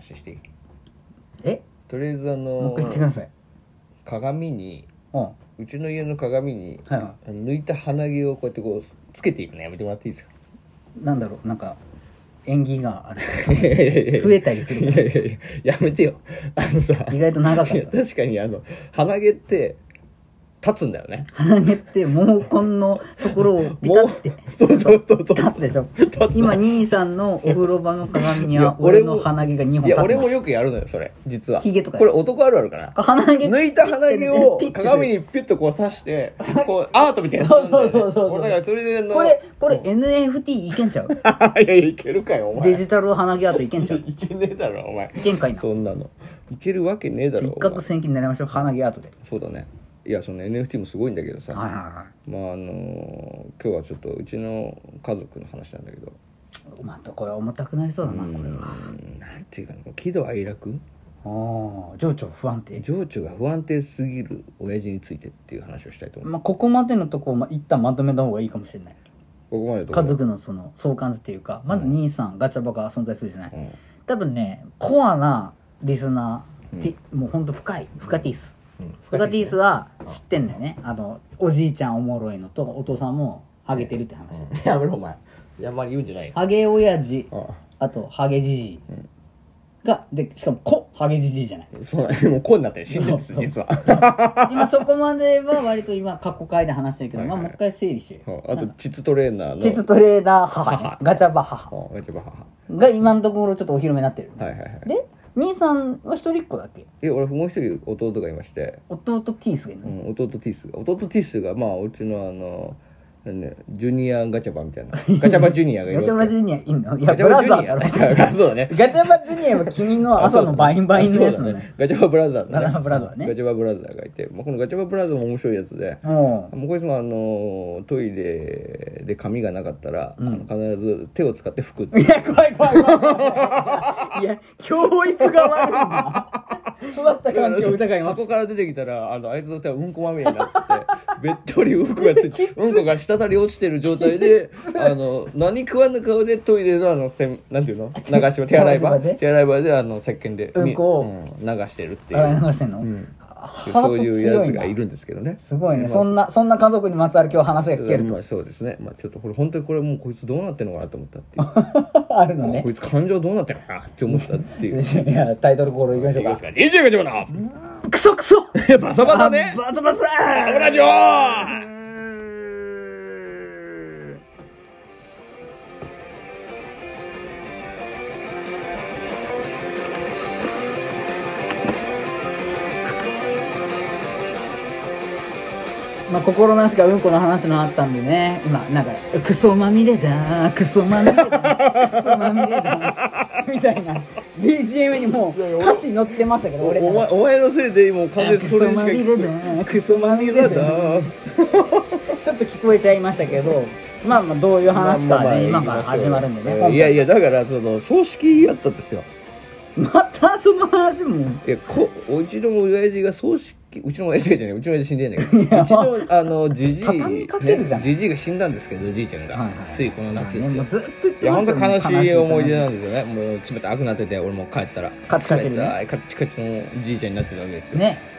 話していい？ え、 とりあえずもう一回言ってください。 鏡に、 うんうちの家の鏡に、 はいは抜いた鼻毛をこうやってこうつけていくのやめてもらっていいですか？ い。なんだろう、なんか縁起があるいやいやいや増えたりするからいやいやいややめてよ。さ意外と長かったいや確かに鼻毛って立つんだよね。 鼻毛って毛根のところをピタってそうそうそうそう立つでしょ。 立つ今兄さんのお風呂場の鏡にいやは俺の鼻毛が2本いや立ってます。 俺もよくやるのよそれ実は。 ヒゲとかこれ男あるあるかな。 鼻毛抜いた鼻毛をピッて鏡にピュッとこう刺してこうアートみたいなのするんだよね。 そうそうそうそう俺だからそれでこれ NFT いけんちゃう？ いやいやいけるかよお前。 デジタル鼻毛アートいけんちゃう？ いけねえだろお前。 いけんかいな。 そんなのいけるわけねえだろ一攫千金になりましょう、鼻毛アートで。 そうだね。いやその NFT もすごいんだけどさ、 はいはいはまあ今日はちょっとうちの家族の話なんだけど、 い。またこれ重たくなりそうだな、これは。 なんていうかな、喜怒哀楽、 情緒不安定。 情緒が不安定すぎる親父についてっていう話をしたいと思う。 まあここまでのとこを一旦まとめた方がいいかもしれない。 ここまでのとこ家族のその相関図っていうか、まず兄さんガチャバが存在するじゃない。 うん多分ねコアなリスナー、もうほんと深いフカティス、フカティスは知ってんだよね。おじいちゃんおもろいのとお父さんもハゲてるって話、 やめろお前。あんまり言うんじゃないよ。 ハゲ親父、 ああとハゲじじいがで、しかもハゲじじいじゃない。 そうだもうこうになってる死んでるんですそう実は。 今そこまでは割と今過去回で話してるけど、 はいはいまあもう一回整理しようよ。 あと膣トレーナーのチツトレーダー母、ね母、 ガチャバ母ガチャバ母。 が今のところちょっとお披露目になってる、 はいはいはい。 で兄さんは一人っ子だっけ？ 俺もう一人弟がいまして、 弟ティースがいるの、 弟ティースがまあうちのジュニアガチャバみたいなガチャバジュニアがいるガチャバジュニアいんの？いやガチャバジュニアブラザーだろそうだね。 ガチャバジュニアは君の朝のバインバインのやつなのね。 ガチャバブラザーガチャバブラザーね。 ガチャバブラザーがいて、まあ、このガチャバブラザーも面白いやつで、 ももうこいつもトイレで髪がなかったら、必ず手を使って拭くってういや怖い怖い怖いいや教育が悪いな。育った環境疑います。 箱から出てきたらあいつの手はうんこまみれになってべっとりうんこがついてうんこが滴り落ちてる状態で何食わぬ顔でトイレのなんていうの流し場手洗い場で石鹸でうんこを流してるっていう洗い流してんの、 そういうやつがいるんですけどね。 すごいね、 まあそんな家族にまつわる今日話が聞けると、 まあそうですね。まあちょっと本当にこれもうこいつどうなってんのかなと思ったっていうあるのねこいつ感情どうなってんのかなって思ったっていういやタイトルコールいきましょうか。 いいですか。DJ ガチャバのクソクソバサバサねバサバサラブラジオ。 まあ心なしかうんこの話のあったんでね、今なんかクソまみれだクソまみれだクソまみれだみたいな BGM ちもう歌詞載ってましたけど、俺お前のせいでもう完全にそれにしか聞こえクソまみれだちょっと聞こえちゃいましたけど、まあまあどういう話かね、今から始まるんでね。 いやいやだからその葬式やったんですよ。 またその話もいやうちの親父が葬式、うちの親父がじゃない、うちの親父死んでんだけど、うちのじじい畳みかけるじゃん、 じじいが死んだんですけど、じいちゃんが、ついこの夏ですよ。 ずっと言っいやてま本当したよ悲しい思い出なんですよね。もう冷たくなってて、俺もう帰ったらカチカチでね冷たいカッチカチのじいちゃんになってたわけですよね。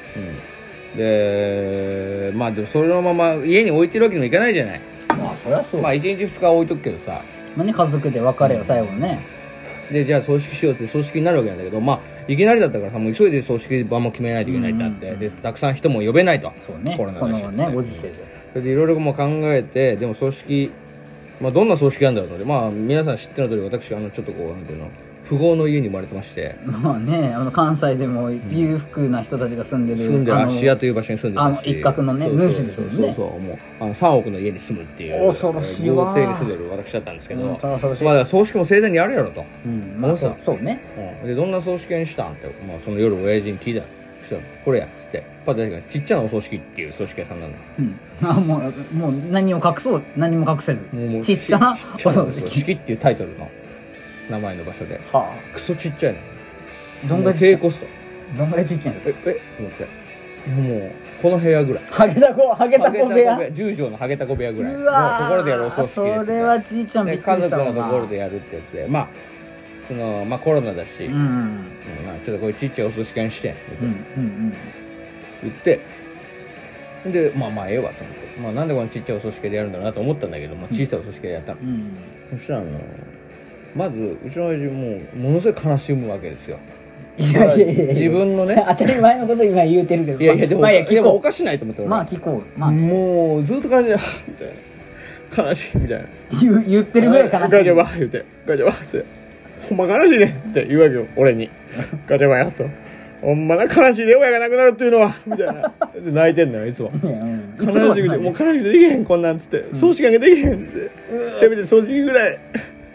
でまあでもそのまま家に置いてるわけにもいかないじゃない。 まあそりゃそう、 まあ1日2日置いとくけどさ、 まあね、家族で別れを最後ね、 でじゃあ葬式しようって葬式になるわけなんだけど、まあいきなりだったからさ、もう急いで葬式場も決めないといけないってなって、でたくさん人も呼べないと、 そうね、 コロナこのだしねご時世でそれでいろいろもう考えて、でも葬式、まあ、どんな葬式なんだろうので、まあ皆さん知ってる通り、私ちょっとこうなんていうの、富豪の家に生まれてまして、 まあね、関西でも裕福な人たちが住んでる、 芦屋という場所に住んでたし、 一角のねそう主ですもんね。 そうもう3億の家に住むっていう恐ろしいわ豪邸に住んでる私だったんですけど、 恐ろしい、 まあ葬式も盛大にやるやろと、 まあそうね、 でどんな葬式にしたんって、まあ、その夜親父に聞いたら、そしたらこれやっつって、パッと確かちっちゃなお葬式っていう葬式屋さんなのよ。 もう何を隠そう、何も隠せず、 もうちっちゃなお葬葬式、 式っていうタイトルの名前の場所で、 はクソちっちゃいの。 どんぐらい低コスト。 どんぐらいちっちゃいの？ と思って、もうこの部屋ぐらい、 ハゲタコ部屋、 10畳のハゲタコ部屋ぐらいのうわーところでやるお葬式です、ね、 それはじいちゃんびっくりで家したわな。 族のところでやるってやつで、まあそのまあコロナだし、 うんうんまあ、ちょっとこういうちっちゃいお葬式会にしてうんうん言ってでまあええわと思って、まあ、なんでこのちっちゃいお葬式会でやるんだろうなと思ったんだけど、まあ、小さいお葬式会でやったの、そしたらまずうちの親父ものすごい悲しむわけですよ。 いや自分のね当たり前のこと今言うてるけど、 いやでも、 まあでもおかしないと思って俺まあ聞こう、まあもうずっと感じでみたいな悲しいみたいな言ってるぐらい悲しい。 ガチャバ言うてガチャバってほんま悲しいねって言うわけよ俺にガチャバやとほんまな悲しいで親が亡くなるっていうのはみたいなで泣いてんのよいつも悲しくてもう悲しくてできへんこんなんつって葬式ができへんってせめて葬式ぐらい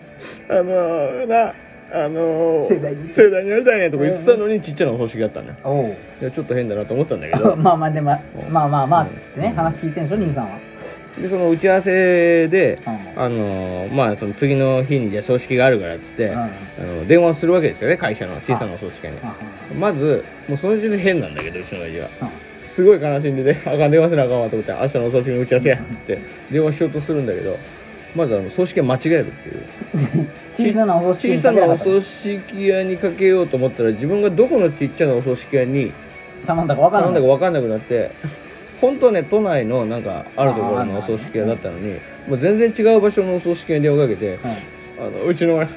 盛大にやりたいねとか言ってたのにちっちゃなお葬式だったんだよ。いやちょっと変だなと思ってたんだけどまあでもまあってね話聞いてんでしょ兄さんは。 でその打ち合わせでまあその次の日にじゃ葬式があるからっつって電話するわけですよね会社の小さなお葬式会に。まずもうその時点で変なんだけどうちの親父はすごい悲しんでねあかん電話せなあかんわと思って明日のお葬式の打ち合わせやっつって電話しようとするんだけどまず葬式を間違えるっていう小さなお葬式屋にかけようと思ったら自分がどこのちっちゃなお葬式屋に頼んだか分かんなくなって本当はね都内のなんかあるところのお葬式屋だったのにもう全然違う場所のお葬式屋に電話かけてうちのそう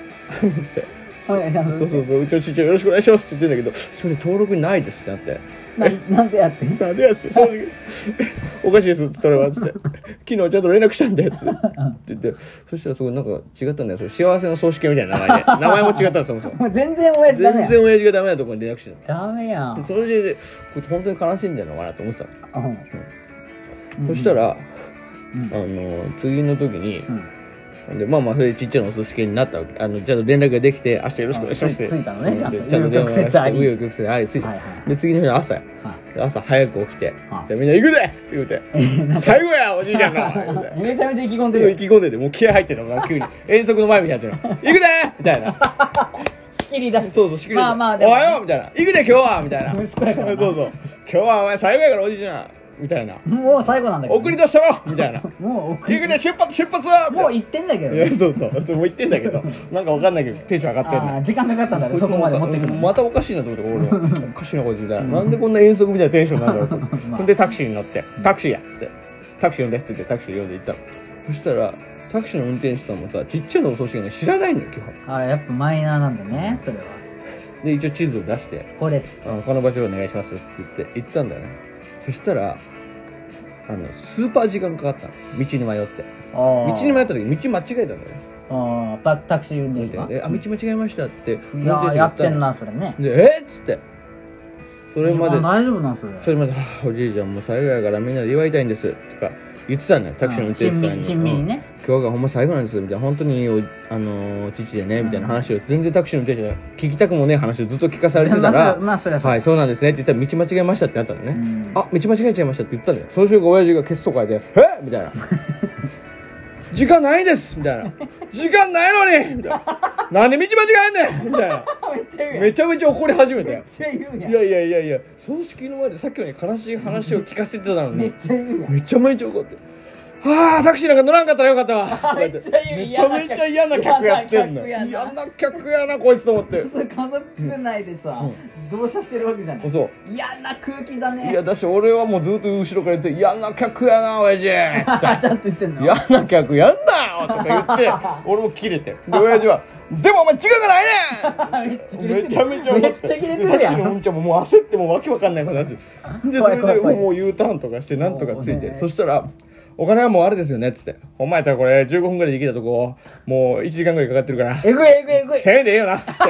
うちの父親よろしくお願いしますって言ってんだけどそれ登録にないですってなってなんでやってなんでやっておかしいですそれはっつって昨日ちゃんと連絡したんでって言ってそしたらそこなんか違ったんだよそれ幸せの葬式みたいな名前で名前も違ったんそもそも全然親父ダメやん全然親父がダメなところに連絡してたダメやんその時点でこれ本当に悲しんでるのかなと思ってたのそしたら次の時にでまあそれでちっちゃなお葬式になったわけちゃんと連絡ができて明日よろしくお願いしますってついたのねちゃんと電話して紆余曲折ありついたで次の日の朝早く起きてじゃあみんな行くで言うて最後やおじいちゃんがめちゃめちゃ意気込んでる意気込んでてもう気合入ってるの急に遠足の前みたいになってるの行くでみたいな仕切り出してそう仕切り出しておはようみたいな行くで今日はみたいな息子やからそう今日はお前最後やからおじいちゃんみたいなもう最後なんだけど送り出したろみたいなもう送り行くで出発はもう行ってんだけどいやそうもう行ってんだけどなんかわかんないけどテンション上がってんの時間かかったんだねそこまで持ってくるまたおかしいなと思って俺おかしいなこいつみたいななんでこんな遠足みたいなテンションなんだろうとほんでタクシーに乗ってタクシーやっつってタクシー呼んでって言ってタクシー呼んで行ったのそしたらタクシーの運転手さんもさちっちゃなお葬式が知らないのよ基本やっぱマイナーなんだねそれはで一応地図を出してこれですこの場所お願いしますって言って行ったんだよねそしたらスーパー時間かかったの道に迷って道に迷った時道間違えたんだよタクシー運転手が道間違えましたっていややってんなそれねでっつってそれまで大丈夫なんそれまでおじいちゃんもう最後やからみんなで祝いたいんですとか言ってたんだよタクシーの運転手さんに親身にね今日がほんま最後なんですみたいな本当に父でねみたいな話を全然タクシーの運転手が聞きたくもねえ話をずっと聞かされてたらはいそうなんですねって言ったら道間違えましたってなったのね道間違えちゃいましたって言ったんだよその瞬間親父が血相変えてえみたいな時間ないですみたいな時間ないのにみたいななんで道間違えんねんみたいなめちゃめちゃ怒り始めていや葬式の前でさっきの悲しい話を聞かせてたのにめちゃめちゃ怒ってタクシーなんか乗らんかったらよかったわめちゃめちゃ嫌な客やってんの嫌な客やなこいつと思ってそれ家族内でさ同車してるわけじゃないそう嫌な空気だねいやだし俺はもうずっと後ろから言って嫌な客やな親父ちゃんと言ってんの嫌な客やんなよとか言って俺もキレてで親父はでもお前違うがないねんめちゃめちゃ怒ってタクシーのうんちゃんももう焦ってもうわけわかんないことになってでそれでもう U ターンとかしてなんとかついてそしたらお金はもうあれですよねっつってお前やったらこれ15分ぐらいで行けたとこもう1時間ぐらいかかってるからえぐい 1000円でええよなっつって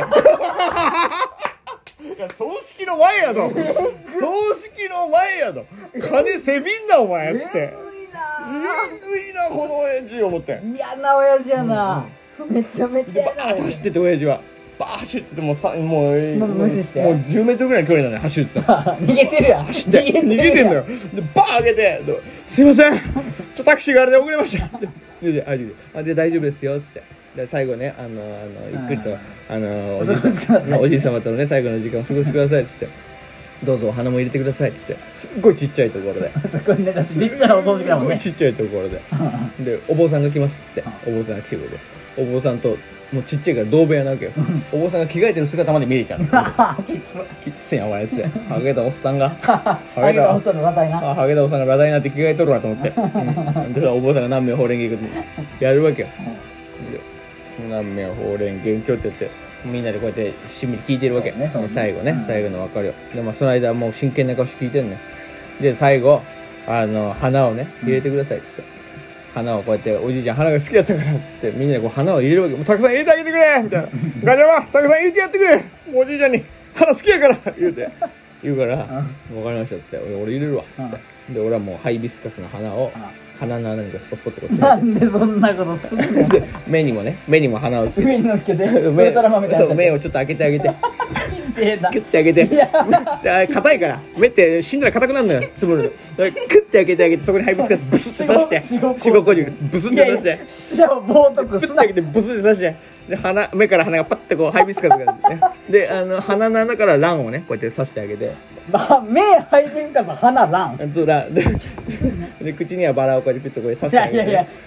いや葬式の前やぞ葬式の前やぞ金せびんなお前っつってえぐいなこの親父思って嫌な親父やなめちゃめちゃ嫌な親父走ってて親父はバー走っててもう無視してもう10メートルぐらいの距離なのに走ってた逃げてるやん逃げてんのよでバー開けてすいませんタクシーがあれで遅れましたで大丈夫ですよっつってで最後ねゆっくりとおじい様とのね最後の時間を過ごしてくださいっつってどうぞお花も入れてくださいっつってすっごいちっちゃいところでちっちゃなお葬式だもんねちっちゃいところででお坊さんが来ますっつってお坊さんが来てくれてお坊さんともうちっちゃいから同部屋なわけよ。お坊さんが着替えてる姿まで見れちゃうの。きついやばいやつや。ハゲたおっさんがハゲたおっさんの裸体な。 ハゲたおっさんが裸体になって着替えとるわと思って、でお坊さんが南無法蓮華経やるわけよ。で南無法蓮華経って言ってみんなでこうやってしんみり聞いてるわけ。最後ね、最後の別れを。でその間もう真剣な顔して聞いてんね。で最後花をね入れてくださいっつって、花をこうやっておじいちゃん花が好きだったからっつってみんなでこう花を入れるわけ。もうたくさん入れてあげてくれみたいな。ガチャバたくさん入れてやってくれ、もうおじいちゃんに花好きやから言うから分かりましたっつって、俺入れるわっつって、で俺はもうハイビスカスの花を鼻の穴にスポスポってこうなんでそんなことするの。 目にも花をつけて上に乗っけてウルトラマンみたいな。 目をちょっと開けてあげてキュッて開けて、硬いから目って死んだら硬くなるのよ、つぶるの。キュッて開けてあげて、そこにハイビスカスブスって刺して死後硬直ブスって刺して、 死者を冒涜すな。 ブスって刺して、で目から鼻がパッてこうハイビスカスがね、で鼻の穴から卵をねこうやって刺してあげて、 目ハイビスカス鼻卵そうだで口にはバラをこうやってピッとこう刺してあげ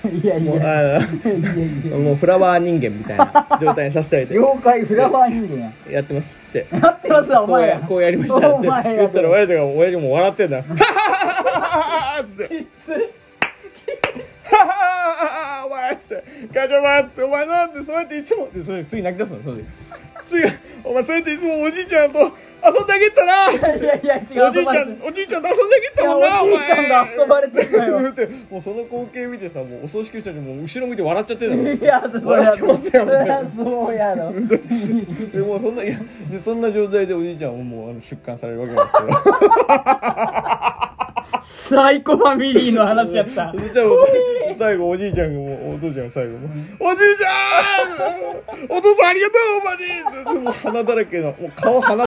て、もうフラワー人間みたいな状態にさせてあげて、 妖怪フラワー人間やってますって、 やってますわお前こうやりましたって言ったら親父も笑ってんだ。ハハハハッつってお前ってガチャバって、お前なんてそうやっていつもって、それ次泣き出すの。それで次お前そうやっていつもおじいちゃんと遊んであげたな。 いや違う、 おじいちゃんと遊んであげたもんな。 おじいちゃんが遊ばれてるのよ。 もうその光景見てさ、もうお葬式の人たちも後ろ向いて笑っちゃってるの。 いや笑ってますよみたいな。 そうやろ。 でもそんな状態でおじいちゃんはもう出棺されるわけなんですよ。 サイコファミリーの話やった。 最後おじいちゃんがもうお父ちゃんが最後もおじいちゃんお父さんありがとうおばじいもう鼻だらけのもう顔鼻